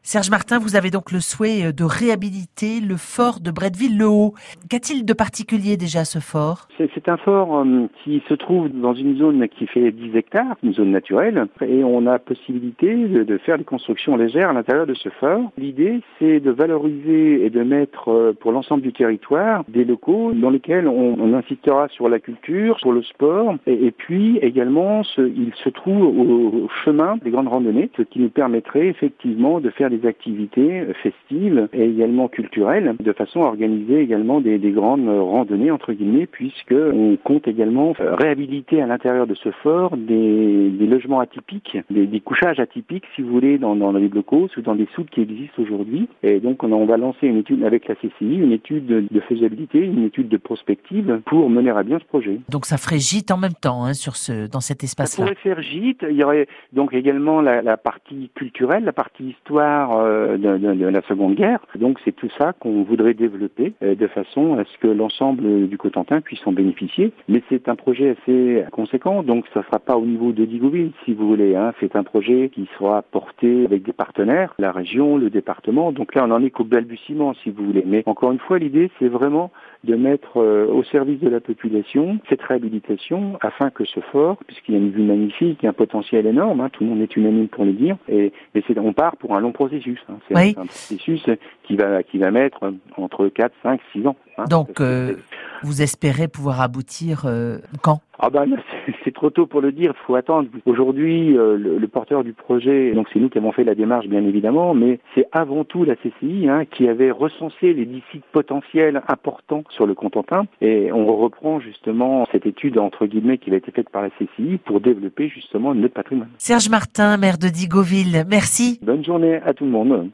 Serge Martin, vous avez donc le souhait de réhabiliter le fort de Bretteville-le-Haut. Qu'a-t-il de particulier déjà ce fort ? C'est un fort qui se trouve dans une zone qui fait 10 hectares, une zone naturelle, et on a possibilité de faire des constructions légères à l'intérieur de ce fort. L'idée, c'est de valoriser et de mettre pour l'ensemble du territoire des locaux dans lesquels on insistera sur la culture, sur le sport, et puis également il se trouve au chemin des grandes randonnées, ce qui nous permettrait effectivement de faire des activités festives et également culturelles, de façon à organiser également des grandes randonnées entre guillemets, puisque on compte également réhabiliter à l'intérieur de ce fort des logements atypiques, des couchages atypiques si vous voulez dans les locaux ou dans des soutes qui existent aujourd'hui. Et donc on va lancer une étude avec la CCI, une étude de faisabilité, une étude de prospective pour mener à bien ce projet. Donc ça ferait gîte en même temps dans cet espace-là. Ça pourrait faire gîte. Il y aurait donc également la partie culturelle, la partie histoire de la Seconde Guerre. Donc c'est tout ça qu'on voudrait développer de façon à ce que l'ensemble du Cotentin puisse en bénéficier. Mais c'est un projet assez conséquent, donc ça ne sera pas au niveau de Digoville, si vous voulez. C'est un projet qui sera porté avec des partenaires, la région, le département. Donc là, on en est qu'au balbutiement, si vous voulez. Mais encore une fois, l'idée, c'est vraiment de mettre au service de la population cette réhabilitation afin que ce fort, puisqu'il y a une vue magnifique, un potentiel énorme, tout le monde est unanime pour le dire, on part pour un long processus. C'est un processus qui va mettre entre 4, 5, 6 ans. Donc, vous espérez pouvoir aboutir quand ? C'est trop tôt pour le dire, il faut attendre. Aujourd'hui, le porteur du projet, donc c'est nous qui avons fait la démarche bien évidemment, mais c'est avant tout la CCI qui avait recensé les 10 sites potentiels importants sur le Cotentin, et on reprend justement cette étude entre guillemets qui a été faite par la CCI pour développer justement notre patrimoine. Serge Martin, maire de Digoville, merci. Bonne journée à tout le monde.